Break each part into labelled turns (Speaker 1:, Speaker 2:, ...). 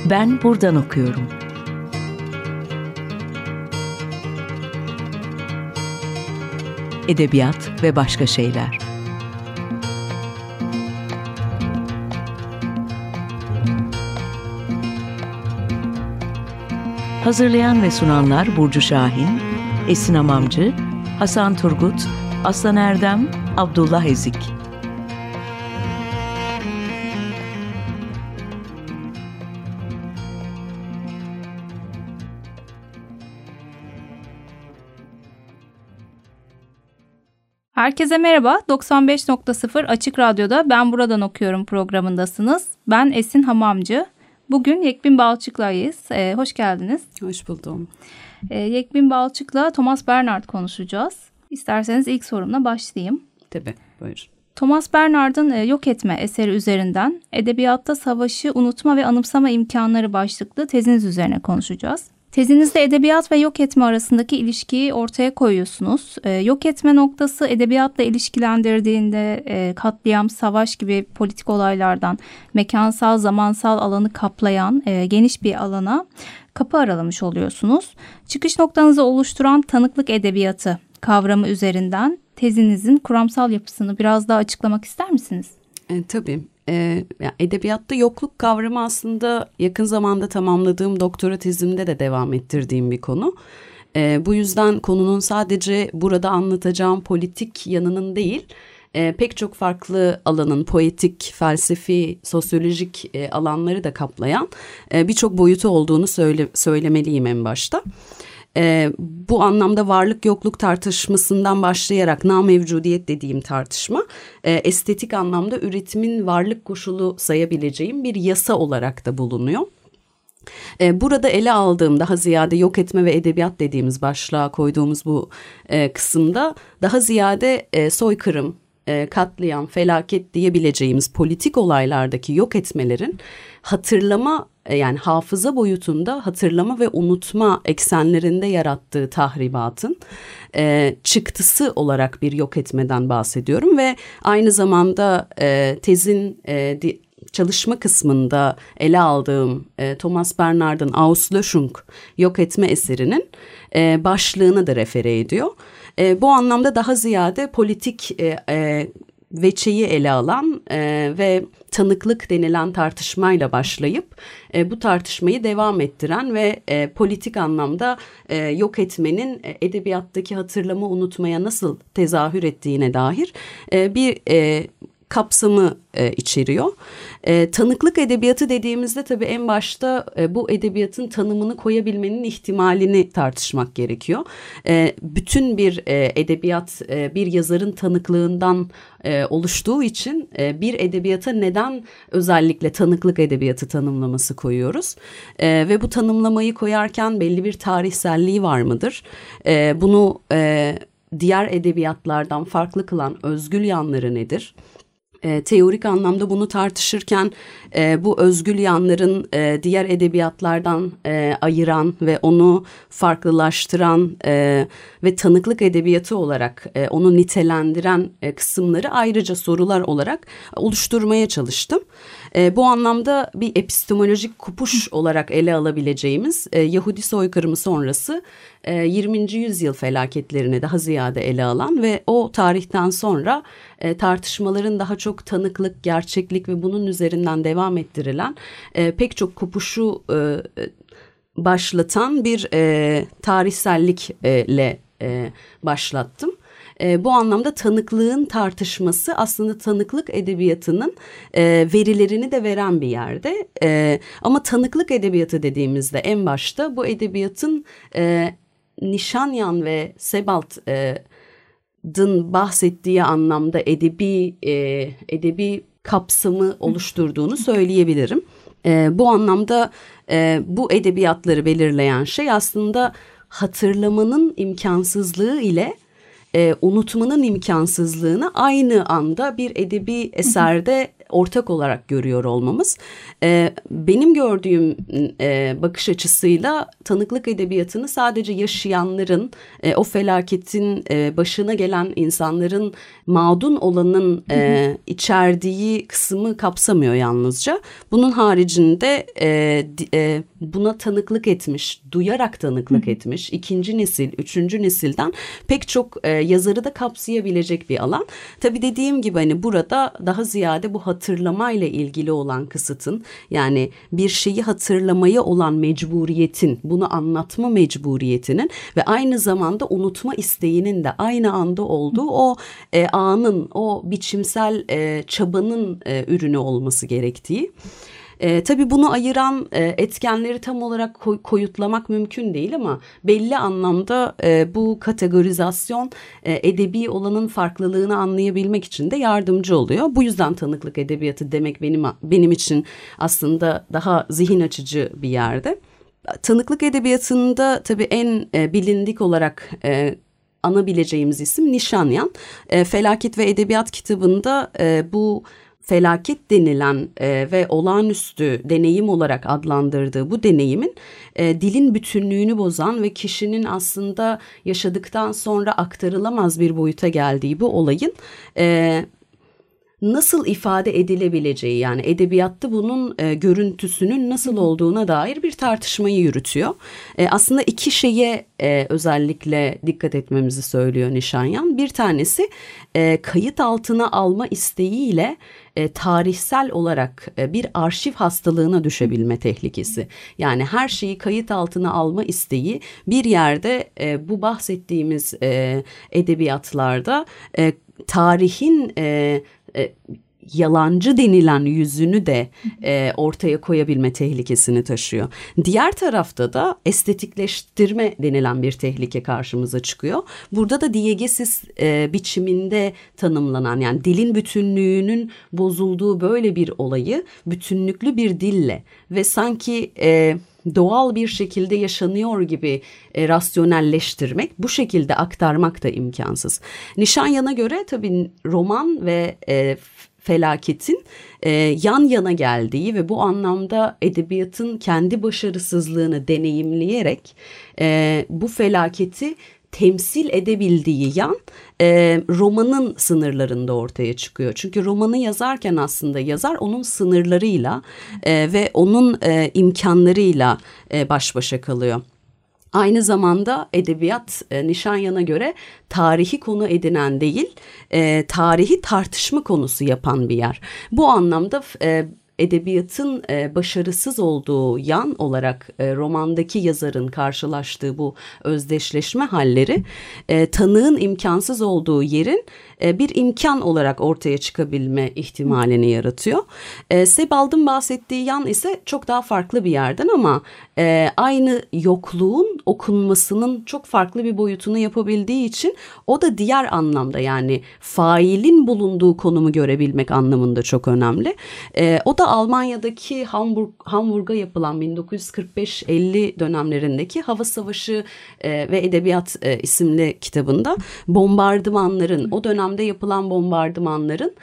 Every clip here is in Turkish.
Speaker 1: Ben buradan okuyorum. Edebiyat ve başka şeyler. Hazırlayan ve sunanlar Burcu Şahin, Esin Hamamcı, Hasan Turgut, Aslan Erdem, Abdullah Ezik.
Speaker 2: Herkese merhaba. 95.0 Açık Radyo'da Ben Buradan Okuyorum programındasınız. Ben Esin Hamamcı. Bugün Yekbin Balçık'layız. Hoş geldiniz.
Speaker 3: Hoş buldum.
Speaker 2: Yekbin Balçık'la Thomas Bernhard konuşacağız. İsterseniz ilk sorumla başlayayım.
Speaker 3: Tabii, buyur.
Speaker 2: Thomas Bernhard'ın Yok Etme eseri üzerinden edebiyatta savaşı unutma ve anımsama imkanları başlıklı teziniz üzerine konuşacağız. Tezinizde edebiyat ve yok etme arasındaki ilişkiyi ortaya koyuyorsunuz. Yok etme noktası edebiyatla ilişkilendirdiğinde katliam, savaş gibi politik olaylardan mekansal, zamansal alanı kaplayan geniş bir alana kapı aralamış oluyorsunuz. Çıkış noktanızı oluşturan tanıklık edebiyatı kavramı üzerinden tezinizin kuramsal yapısını biraz daha açıklamak ister misiniz?
Speaker 3: Tabii. Edebiyatta yokluk kavramı aslında yakın zamanda tamamladığım doktora tezimde de devam ettirdiğim bir konu. Bu yüzden konunun sadece burada anlatacağım politik yanının değil, pek çok farklı alanın poetik, felsefi, sosyolojik alanları da kaplayan birçok boyutu olduğunu söylemeliyim en başta. Bu anlamda varlık yokluk tartışmasından başlayarak namevcudiyet dediğim tartışma estetik anlamda üretimin varlık koşulu sayabileceğim bir yasa olarak da bulunuyor. Burada ele aldığım daha ziyade yok etme ve edebiyat dediğimiz başlığa koyduğumuz bu kısımda daha ziyade soykırım, katliam, felaket diyebileceğimiz politik olaylardaki yok etmelerin hatırlama, yani hafıza boyutunda hatırlama ve unutma eksenlerinde yarattığı tahribatın çıktısı olarak bir yok etmeden bahsediyorum ve aynı zamanda tezin çalışma kısmında ele aldığım Thomas Bernhard'ın Auslöschung yok etme eserinin başlığını da refere ediyor. Bu anlamda daha ziyade politik veçeyi ele alan ve tanıklık denilen tartışmayla başlayıp bu tartışmayı devam ettiren ve politik anlamda yok etmenin edebiyattaki hatırlama unutmaya nasıl tezahür ettiğine dair bir kapsamı içeriyor. Tanıklık edebiyatı dediğimizde tabii en başta bu edebiyatın tanımını koyabilmenin ihtimalini tartışmak gerekiyor. Bütün bir edebiyat bir yazarın tanıklığından oluştuğu için bir edebiyata neden özellikle tanıklık edebiyatı tanımlaması koyuyoruz? Ve bu tanımlamayı koyarken belli bir tarihselliği var mıdır? Bunu diğer edebiyatlardan farklı kılan özgül yanları nedir? Teorik anlamda bunu tartışırken bu özgül yanların diğer edebiyatlardan ayıran ve onu farklılaştıran ve tanıklık edebiyatı olarak onu nitelendiren kısımları ayrıca sorular olarak oluşturmaya çalıştım. Bu anlamda bir epistemolojik kopuş olarak ele alabileceğimiz Yahudi soykırımı sonrası 20. yüzyıl felaketlerini daha ziyade ele alan ve o tarihten sonra tartışmaların daha çok tanıklık, gerçeklik ve bunun üzerinden devam ettirilen pek çok kopuşu başlatan bir tarihsellikle başlattım. Bu anlamda tanıklığın tartışması aslında tanıklık edebiyatının verilerini de veren bir yerde. Ama tanıklık edebiyatı dediğimizde en başta bu edebiyatın Nişanyan ve Sebalt'ın bahsettiği anlamda edebi kapsamı oluşturduğunu söyleyebilirim. Bu anlamda bu edebiyatları belirleyen şey aslında hatırlamanın imkansızlığı ile unutmanın imkansızlığını aynı anda bir edebi eserde ortak olarak görüyor olmamız. Benim gördüğüm bakış açısıyla tanıklık edebiyatını sadece yaşayanların, o felaketin başına gelen insanların, mağdun olanın içerdiği kısmı kapsamıyor yalnızca. Bunun haricinde buna tanıklık etmiş, duyarak tanıklık etmiş ikinci nesil, üçüncü nesilden pek çok yazarı da kapsayabilecek bir alan. Tabii dediğim gibi hani burada daha ziyade bu hatırlamayla ilgili olan kısıtın, yani bir şeyi hatırlamaya olan mecburiyetin, bunu anlatma mecburiyetinin ve aynı zamanda unutma isteğinin de aynı anda olduğu o anın, o biçimsel çabanın ürünü olması gerektiği. Tabii bunu ayıran etkenleri tam olarak koyutlamak mümkün değil ama belli anlamda bu kategorizasyon edebi olanın farklılığını anlayabilmek için de yardımcı oluyor. Bu yüzden tanıklık edebiyatı demek benim için aslında daha zihin açıcı bir yerde. Tanıklık edebiyatında tabii en bilindik olarak anabileceğimiz isim Nişanyan. Felaket ve Edebiyat kitabında bu felaket denilen ve olağanüstü deneyim olarak adlandırdığı bu deneyimin dilin bütünlüğünü bozan ve kişinin aslında yaşadıktan sonra aktarılamaz bir boyuta geldiği bu olayın nasıl ifade edilebileceği, yani edebiyatta bunun görüntüsünün nasıl olduğuna dair bir tartışmayı yürütüyor. Aslında iki şeye özellikle dikkat etmemizi söylüyor Nişanyan. Bir tanesi kayıt altına alma isteğiyle tarihsel olarak bir arşiv hastalığına düşebilme tehlikesi. Yani her şeyi kayıt altına alma isteği bir yerde bu bahsettiğimiz edebiyatlarda tarihin yalancı denilen yüzünü de ortaya koyabilme tehlikesini taşıyor. Diğer tarafta da estetikleştirme denilen bir tehlike karşımıza çıkıyor. Burada da diegesis biçiminde tanımlanan, yani dilin bütünlüğünün bozulduğu böyle bir olayı bütünlüklü bir dille ve sanki doğal bir şekilde yaşanıyor gibi rasyonelleştirmek, bu şekilde aktarmak da imkansız. Nişanyan'a göre tabii roman ve felaketin yan yana geldiği ve bu anlamda edebiyatın kendi başarısızlığını deneyimleyerek bu felaketi temsil edebildiği yan romanın sınırlarında ortaya çıkıyor. Çünkü romanı yazarken aslında yazar onun sınırlarıyla ve onun imkanlarıyla baş başa kalıyor. Aynı zamanda edebiyat Nişanyan'a göre tarihi konu edinen değil, tarihi tartışma konusu yapan bir yer. Bu anlamda edebiyatın başarısız olduğu yan olarak romandaki yazarın karşılaştığı bu özdeşleşme halleri tanığın imkansız olduğu yerin bir imkan olarak ortaya çıkabilme ihtimalini yaratıyor. Sebald'ın bahsettiği yan ise çok daha farklı bir yerden ama aynı yokluğun okunmasının çok farklı bir boyutunu yapabildiği için o da diğer anlamda, yani failin bulunduğu konumu görebilmek anlamında çok önemli. O da Almanya'daki Hamburg'a yapılan 1945-50 dönemlerindeki Hava Savaşı ve Edebiyat isimli kitabında bombardımanların, o dönemde yapılan bombardımanların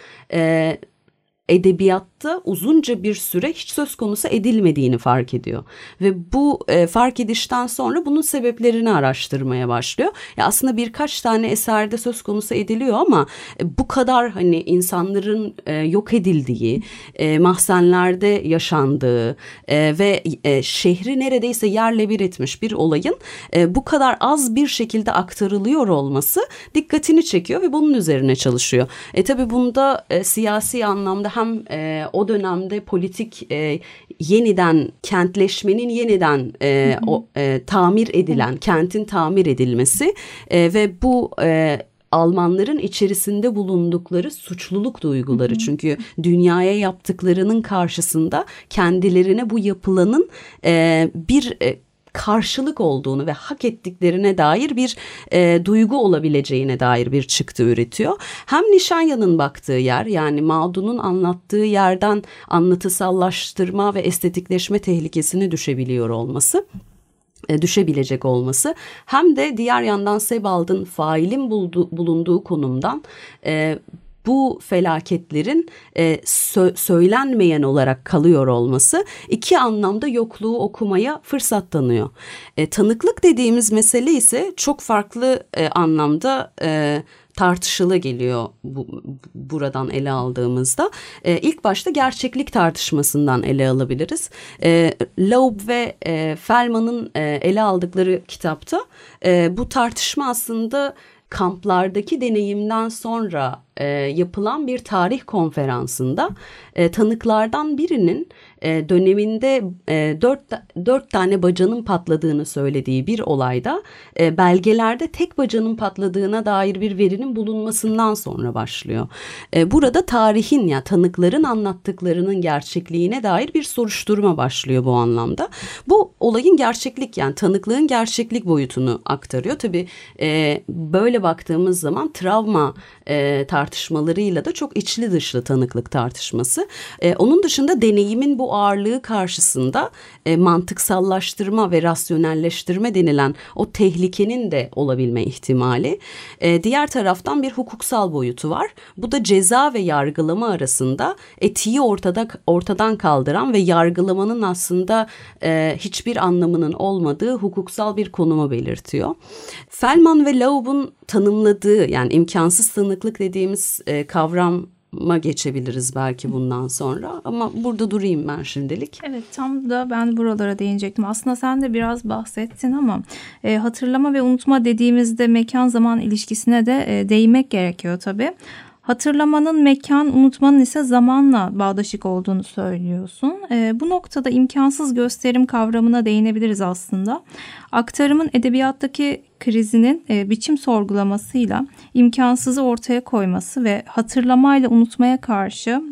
Speaker 3: edebiyatta uzunca bir süre hiç söz konusu edilmediğini fark ediyor. Ve bu fark edişten sonra bunun sebeplerini araştırmaya başlıyor. Ya aslında birkaç tane eserde söz konusu ediliyor ama bu kadar hani insanların yok edildiği, mahzenlerde yaşandığı ve şehri neredeyse yerle bir etmiş bir olayın bu kadar az bir şekilde aktarılıyor olması dikkatini çekiyor ve bunun üzerine çalışıyor. Tabii bunda siyasi anlamda hem o dönemde politik yeniden kentleşmenin yeniden tamir edilen, kentin tamir edilmesi ve bu Almanların içerisinde bulundukları suçluluk duyguları. Çünkü dünyaya yaptıklarının karşısında kendilerine bu yapılanın bir karşılık olduğunu ve hak ettiklerine dair bir duygu olabileceğine dair bir çıktı üretiyor. Hem Nişanyan'ın baktığı yer, yani mağdunun anlattığı yerden anlatısallaştırma ve estetikleşme tehlikesine düşebilecek olması, hem de diğer yandan Sebald'ın failin bulunduğu konumdan bu felaketlerin söylenmeyen olarak kalıyor olması iki anlamda yokluğu okumaya fırsat tanıyor. Tanıklık dediğimiz mesele ise çok farklı anlamda tartışılı geliyor buradan ele aldığımızda. İlk başta gerçeklik tartışmasından ele alabiliriz. Loeb ve Feldman'ın ele aldıkları kitapta bu tartışma aslında kamplardaki deneyimden sonra yapılan bir tarih konferansında tanıklardan birinin döneminde dört tane bacanın patladığını söylediği bir olayda belgelerde tek bacanın patladığına dair bir verinin bulunmasından sonra başlıyor. Burada tarihin, ya tanıkların anlattıklarının gerçekliğine dair bir soruşturma başlıyor bu anlamda. Bu olayın gerçeklik, yani tanıklığın gerçeklik boyutunu aktarıyor. Tabii böyle baktığımız zaman travma tartışmalarıyla da çok içli dışlı tanıklık tartışması. Onun dışında deneyimin bu ağırlığı karşısında mantıksallaştırma ve rasyonelleştirme denilen o tehlikenin de olabilme ihtimali. Diğer taraftan bir hukuksal boyutu var. Bu da ceza ve yargılama arasında etiği ortadan kaldıran ve yargılamanın aslında hiçbir anlamının olmadığı hukuksal bir konumu belirtiyor. Feldman ve Loeb'un tanımladığı, yani imkansız tanıklık dediğimiz kavrama geçebiliriz belki bundan sonra, ama burada durayım ben şimdilik.
Speaker 2: Evet, tam da ben buralara değinecektim. Aslında sen de biraz bahsettin ama hatırlama ve unutma dediğimizde mekan zaman ilişkisine de değinmek gerekiyor tabii. Hatırlamanın mekan, unutmanın ise zamanla bağdaşık olduğunu söylüyorsun. Bu noktada imkansız gösterim kavramına değinebiliriz aslında. Aktarımın edebiyattaki krizinin biçim sorgulamasıyla imkansızı ortaya koyması ve hatırlamayla unutmaya karşı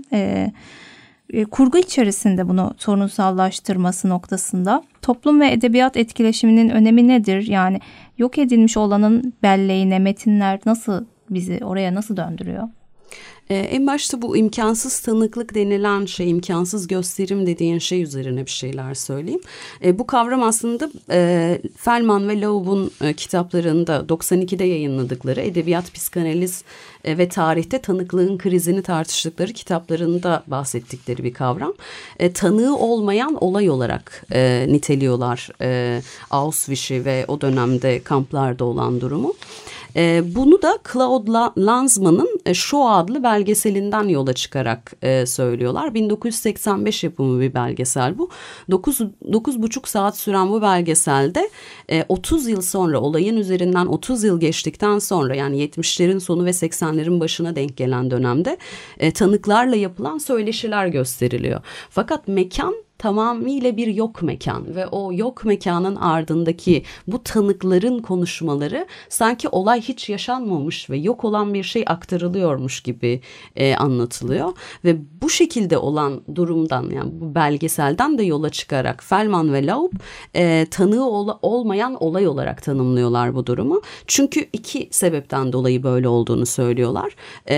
Speaker 2: kurgu içerisinde bunu sorunsallaştırması noktasında toplum ve edebiyat etkileşiminin önemi nedir? Yani yok edilmiş olanın belleğine metinler nasıl bizi oraya nasıl döndürüyor?
Speaker 3: En başta bu imkansız tanıklık denilen şey, imkansız gösterim dediğin şey üzerine bir şeyler söyleyeyim. Bu kavram aslında Feldman ve Loeb'un kitaplarında 92'de yayınladıkları Edebiyat, Psikanaliz ve Tarihte Tanıklığın Krizini tartıştıkları kitaplarında bahsettikleri bir kavram. Tanığı olmayan olay olarak niteliyorlar Auschwitz'i ve o dönemde kamplarda olan durumu. Bunu da Claude Lanzmann'ın Shoah adlı belgeselinden yola çıkarak söylüyorlar. 1985 yapımı bir belgesel bu. 9,5 saat süren bu belgeselde 30 yıl sonra, olayın üzerinden 30 yıl geçtikten sonra, yani 70'lerin sonu ve 80'lerin başına denk gelen dönemde tanıklarla yapılan söyleşiler gösteriliyor. Fakat mekan tamamıyla bir yok mekan ve o yok mekanın ardındaki bu tanıkların konuşmaları sanki olay hiç yaşanmamış ve yok olan bir şey aktarılıyormuş gibi anlatılıyor. Ve bu şekilde olan durumdan, yani bu belgeselden de yola çıkarak Feldman ve Loeb tanığı olmayan olay olarak tanımlıyorlar bu durumu. Çünkü iki sebepten dolayı böyle olduğunu söylüyorlar.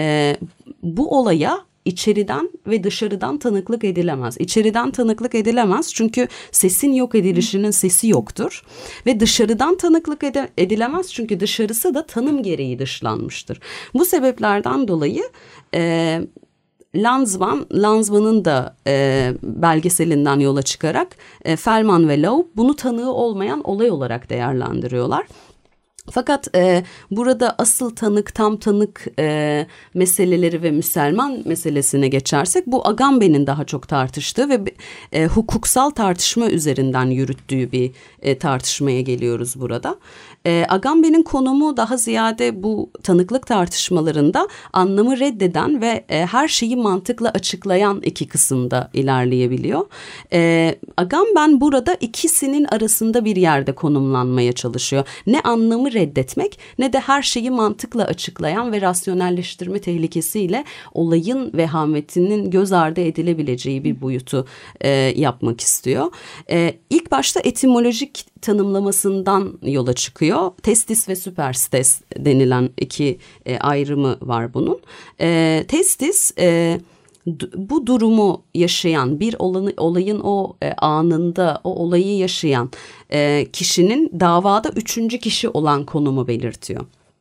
Speaker 3: Bu olaya İçeriden ve dışarıdan tanıklık edilemez. İçeriden tanıklık edilemez çünkü sesin yok edilişinin sesi yoktur. Ve dışarıdan tanıklık edilemez çünkü dışarısı da tanım gereği dışlanmıştır. Bu sebeplerden dolayı Lanzmann'ın da belgeselinden yola çıkarak Feldman ve Loeb bunu tanığı olmayan olay olarak değerlendiriyorlar. Fakat burada asıl tanık, tam tanık meseleleri ve Müselman meselesine geçersek, bu Agamben'in daha çok tartıştığı ve hukuksal tartışma üzerinden yürüttüğü bir tartışmaya geliyoruz burada. Agamben'in konumu daha ziyade bu tanıklık tartışmalarında anlamı reddeden ve her şeyi mantıkla açıklayan iki kısımda ilerleyebiliyor. Agamben burada ikisinin arasında bir yerde konumlanmaya çalışıyor. Ne anlamı reddetmek ne de her şeyi mantıkla açıklayan ve rasyonelleştirme tehlikesiyle olayın vehametinin göz ardı edilebileceği bir boyutu yapmak istiyor. İlk başta etimolojik tanımlamasından yola çıkıyor. Testis ve süperstes denilen iki ayrımı var bunun. Testis bu durumu yaşayan, bir olayın o anında o olayı yaşayan kişinin davada üçüncü kişi olan konumu belirtiyor.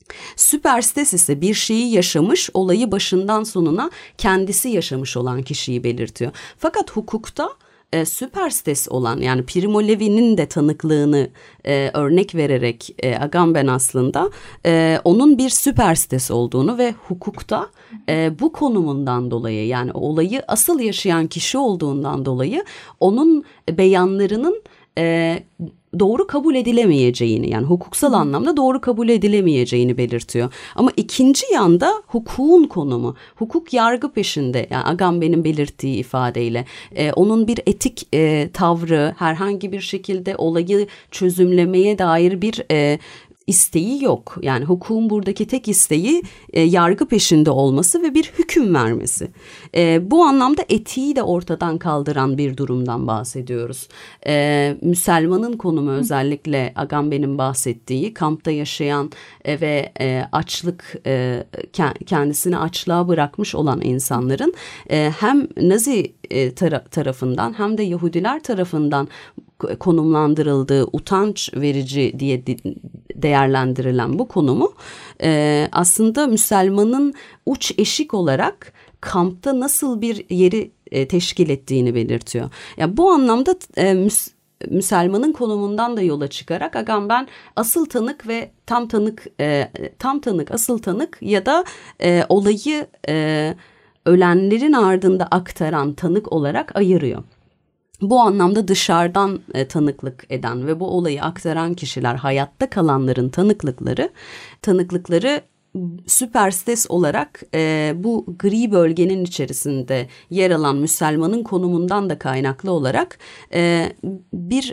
Speaker 3: Süperstes ise bir şeyi yaşamış, olayı başından sonuna kendisi yaşamış olan kişiyi belirtiyor. Fakat hukukta süperstes olan, yani Primo Levi'nin de tanıklığını örnek vererek Agamben aslında onun bir süperstes olduğunu ve hukukta bu konumundan dolayı, yani olayı asıl yaşayan kişi olduğundan dolayı onun beyanlarının doğru kabul edilemeyeceğini, yani hukuksal anlamda doğru kabul edilemeyeceğini belirtiyor. Ama ikinci yanda hukukun konumu, hukuk yargı peşinde, yani Agamben'in belirttiği ifadeyle onun bir etik tavrı, herhangi bir şekilde olayı çözümlemeye dair bir isteği yok. Yani hukukun buradaki tek isteği yargı peşinde olması ve bir hüküm vermesi. Bu anlamda etiği de ortadan kaldıran bir durumdan bahsediyoruz. Müslümanın konumu, özellikle Agamben'in bahsettiği kampta yaşayan ve açlık, kendisini açlığa bırakmış olan insanların hem Nazi tarafından hem de Yahudiler tarafından konumlandırıldığı, utanç verici diye değerlendirilen bu konumu aslında Müslümanın uç eşik olarak kampta nasıl bir yeri teşkil ettiğini belirtiyor. Ya bu anlamda Müslümanın konumundan da yola çıkarak Agamben asıl tanık ve tam tanık, asıl tanık ya da olayı ölenlerin ardında aktaran tanık olarak ayırıyor. Bu anlamda dışarıdan tanıklık eden ve bu olayı aktaran kişiler, hayatta kalanların tanıklıkları süperstes olarak bu gri bölgenin içerisinde yer alan Müslümanın konumundan da kaynaklı olarak bir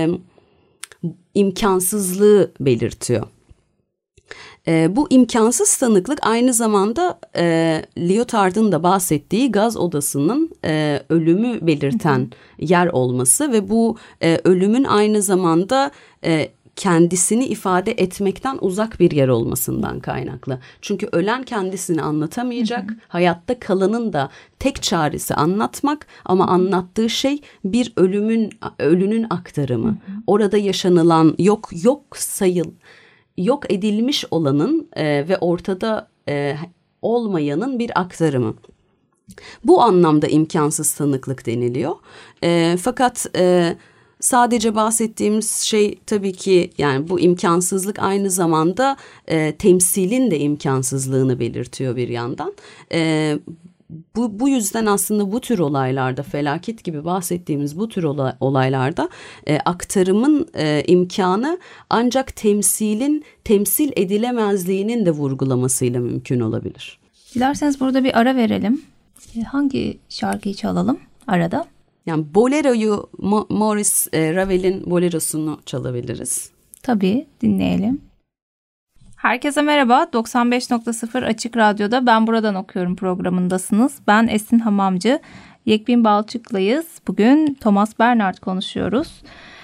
Speaker 3: imkansızlığı belirtiyor. Bu imkansız tanıklık aynı zamanda Lyotard'ın da bahsettiği gaz odasının ölümü belirten yer olması ve bu ölümün aynı zamanda kendisini ifade etmekten uzak bir yer olmasından kaynaklı. Çünkü ölen kendisini anlatamayacak, hayatta kalanın da tek çaresi anlatmak, ama anlattığı şey bir ölünün aktarımı. Orada yaşanılan yok edilmiş olanın ve ortada olmayanın bir aktarımı. Bu anlamda imkansız tanıklık deniliyor. Fakat sadece bahsettiğimiz şey tabii ki, yani bu imkansızlık aynı zamanda temsilin de imkansızlığını belirtiyor bir yandan. Bu yüzden aslında bu tür olaylarda, felaket gibi bahsettiğimiz bu tür olaylarda aktarımın imkanı ancak temsil edilemezliğinin de vurgulamasıyla mümkün olabilir.
Speaker 2: Dilerseniz burada bir ara verelim. Hangi şarkıyı çalalım arada?
Speaker 3: Yani Bolero'yu, Maurice Ravel'in Bolero'sunu çalabiliriz.
Speaker 2: Tabii, dinleyelim. Herkese merhaba. 95.0 Açık Radyo'da Ben Buradan Okuyorum programındasınız. Ben Esin Hamamcı. Yekbin Balçık'layız. Bugün Thomas Bernhard konuşuyoruz.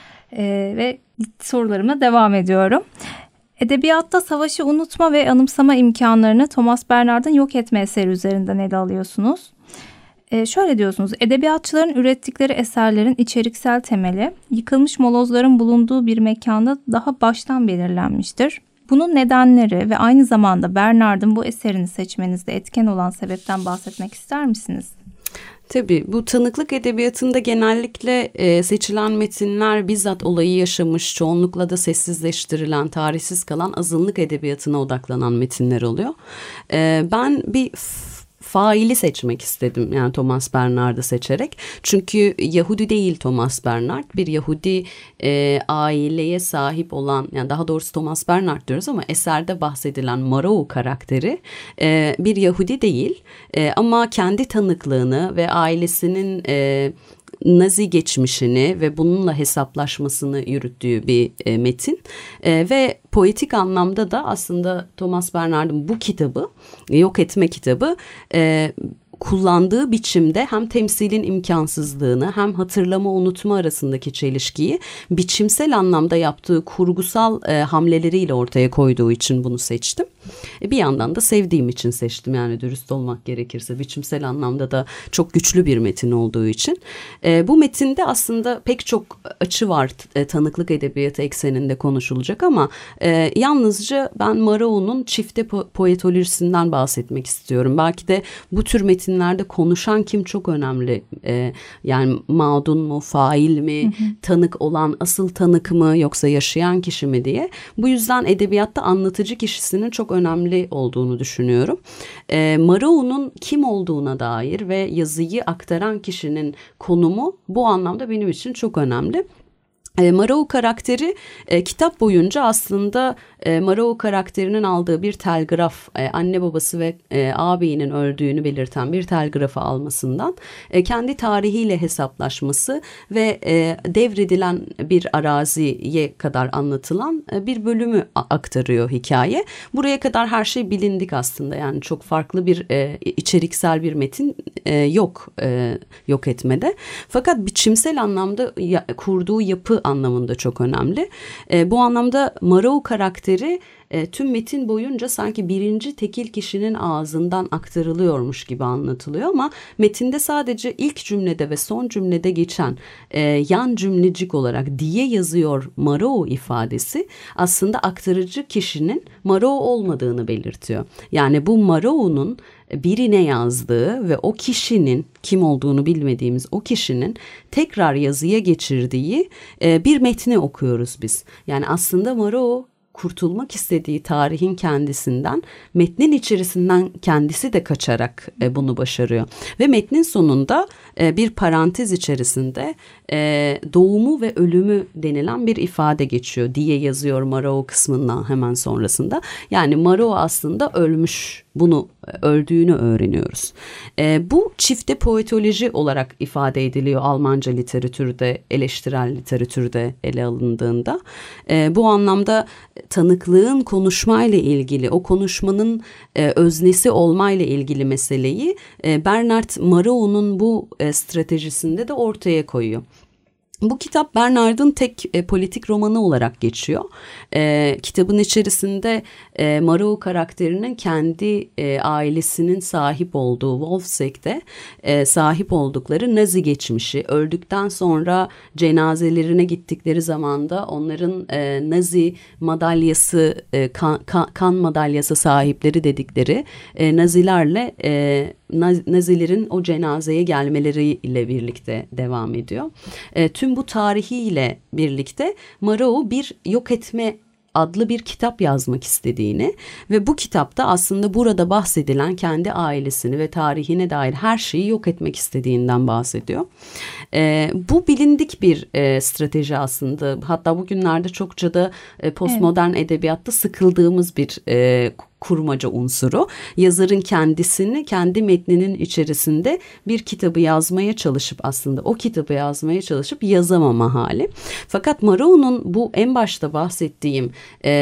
Speaker 2: Ve sorularıma devam ediyorum. Edebiyatta savaşı unutma ve anımsama imkanlarını Thomas Bernhard'ın Yok Etme eseri üzerinden ele alıyorsunuz. Şöyle diyorsunuz: edebiyatçıların ürettikleri eserlerin içeriksel temeli yıkılmış molozların bulunduğu bir mekanda daha baştan belirlenmiştir. Bunun nedenleri ve aynı zamanda Bernhard'ın bu eserini seçmenizde etken olan sebepten bahsetmek ister misiniz?
Speaker 3: Tabii, bu tanıklık edebiyatında genellikle seçilen metinler bizzat olayı yaşamış, çoğunlukla da sessizleştirilen, tarihsiz kalan azınlık edebiyatına odaklanan metinler oluyor. Ben bir faili seçmek istedim, yani Thomas Bernhard'ı seçerek. Çünkü Yahudi değil Thomas Bernhard, bir Yahudi aileye sahip olan, yani daha doğrusu Thomas Bernhard diyoruz ama eserde bahsedilen Marou karakteri bir Yahudi değil, ama kendi tanıklığını ve ailesinin Nazi geçmişini ve bununla hesaplaşmasını yürüttüğü bir metin ve poetik anlamda da aslında Thomas Bernhard'ın bu kitabı, Yok Etme kitabı, kullandığı biçimde hem temsilin imkansızlığını hem hatırlama unutma arasındaki çelişkiyi biçimsel anlamda yaptığı kurgusal hamleleriyle ortaya koyduğu için bunu seçtim. Bir yandan da sevdiğim için seçtim, yani dürüst olmak gerekirse biçimsel anlamda da çok güçlü bir metin olduğu için. Bu metinde aslında pek çok açı var tanıklık edebiyatı ekseninde konuşulacak ama yalnızca ben Marau'nun çifte poetolojisinden bahsetmek istiyorum. Belki de bu tür metinlerde konuşan kim çok önemli. Yani mağdun mu, fail mi, tanık olan asıl tanık mı yoksa yaşayan kişi mi diye. Bu yüzden edebiyatta anlatıcı kişisinin çok önemli olduğunu düşünüyorum. Marau'nun kim olduğuna dair ve yazıyı aktaran kişinin konumu bu anlamda benim için çok önemli. Marau karakteri kitap boyunca aslında Marau karakterinin aldığı bir telgraf, anne babası ve ağabeyinin öldüğünü belirten bir telgrafı almasından kendi tarihiyle hesaplaşması ve devredilen bir araziye kadar anlatılan bir bölümü aktarıyor hikaye. Buraya kadar her şey bilindik aslında, yani çok farklı bir içeriksel bir metin yok etmede. Fakat biçimsel anlamda kurduğu yapı anlamında çok önemli. Bu anlamda Marau karakteri tüm metin boyunca sanki birinci tekil kişinin ağzından aktarılıyormuş gibi anlatılıyor ama metinde sadece ilk cümlede ve son cümlede geçen yan cümlecik olarak diye yazıyor Marau ifadesi aslında aktarıcı kişinin Marau olmadığını belirtiyor. Yani bu Marau'nun birine yazdığı ve o kişinin kim olduğunu bilmediğimiz o kişinin tekrar yazıya geçirdiği bir metni okuyoruz biz. Yani aslında Marau kurtulmak istediği tarihin kendisinden, metnin içerisinden kendisi de kaçarak bunu başarıyor. Ve metnin sonunda bir parantez içerisinde doğumu ve ölümü denilen bir ifade geçiyor diye yazıyor Marau kısmından hemen sonrasında. Yani Marau aslında ölmüş, bunu öldüğünü öğreniyoruz. Bu çifte poetoloji olarak ifade ediliyor Almanca literatürde, eleştirel literatürde ele alındığında. Bu anlamda tanıklığın konuşmayla ilgili, o konuşmanın öznesi olmayla ilgili meseleyi Bernard Marau'nun bu stratejisinde de ortaya koyuyor. Bu kitap Bernard'ın tek politik romanı olarak geçiyor. Kitabın içerisinde Marau karakterinin kendi ailesinin sahip olduğu Wolfseg'de sahip oldukları Nazi geçmişi, öldükten sonra cenazelerine gittikleri zamanda onların Nazi madalyası, kan madalyası sahipleri dedikleri Nazilerle Nazilerin o cenazeye gelmeleriyle birlikte devam ediyor. Tüm bu tarihiyle birlikte Marau bir yok etme adlı bir kitap yazmak istediğini ve bu kitapta aslında burada bahsedilen kendi ailesini ve tarihine dair her şeyi yok etmek istediğinden bahsediyor. Bu bilindik bir strateji aslında. Hatta bugünlerde çokça da postmodern edebiyatta sıkıldığımız bir kurmaca unsuru. Yazarın kendisini kendi metninin içerisinde bir kitabı yazmaya çalışıp aslında o kitabı yazmaya çalışıp yazamama hali. Fakat Marau'nun bu en başta bahsettiğim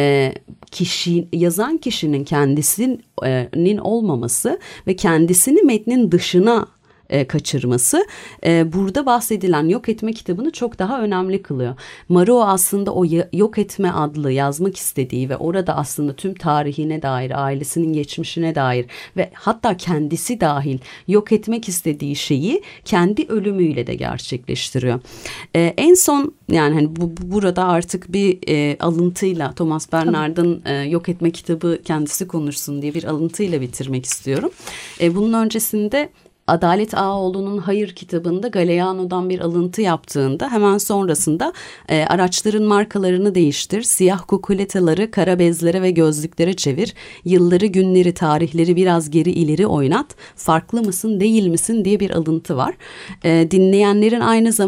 Speaker 3: yazan kişinin kendisinin olmaması ve kendisini metnin dışına kaçırması burada bahsedilen yok etme kitabını çok daha önemli kılıyor. Marau aslında o yok etme adlı yazmak istediği ve orada aslında tüm tarihine dair, ailesinin geçmişine dair ve hatta kendisi dahil yok etmek istediği şeyi kendi ölümüyle de gerçekleştiriyor. En son yani hani burada artık bir alıntıyla Thomas Bernard'ın yok etme kitabı kendisi konuşsun diye bir alıntıyla bitirmek istiyorum. Bunun öncesinde Adalet Ağaoğlu'nun Hayır kitabında Galeano'dan bir alıntı yaptığında hemen sonrasında araçların markalarını değiştir, siyah kukuletaları kara bezlere ve gözlüklere çevir, yılları, günleri, tarihleri biraz geri ileri oynat, farklı mısın değil misin diye bir alıntı var. Dinleyenlerin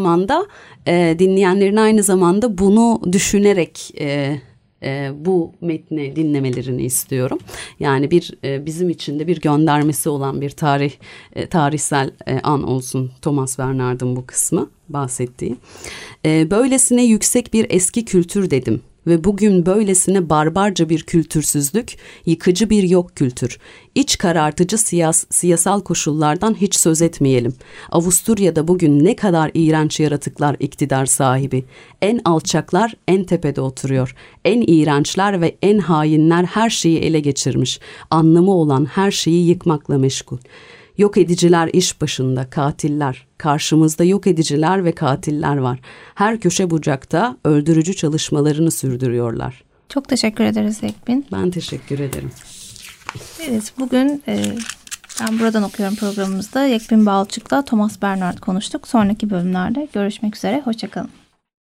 Speaker 3: aynı zamanda bunu düşünerek bu metni dinlemelerini istiyorum. Yani bizim için de bir göndermesi olan bir tarihsel an olsun Thomas Bernard'ın bu kısmı bahsettiği. Böylesine yüksek bir eski kültür dedim ve bugün böylesine barbarca bir kültürsüzlük, yıkıcı bir yok kültür. İç karartıcı siyasal koşullardan hiç söz etmeyelim. Avusturya'da bugün ne kadar iğrenç yaratıklar iktidar sahibi. En alçaklar en tepede oturuyor. En iğrençler ve en hainler her şeyi ele geçirmiş. Anlamı olan her şeyi yıkmakla meşgul. Yok ediciler iş başında, katiller. Karşımızda yok ediciler ve katiller var. Her köşe bucakta öldürücü çalışmalarını sürdürüyorlar.
Speaker 2: Çok teşekkür ederiz Ekbin.
Speaker 3: Ben teşekkür ederim.
Speaker 2: Evet, bugün ben buradan okuyorum programımızda Ekbin Balçık'la Thomas Bernhard konuştuk. Sonraki bölümlerde görüşmek üzere, hoşça kalın.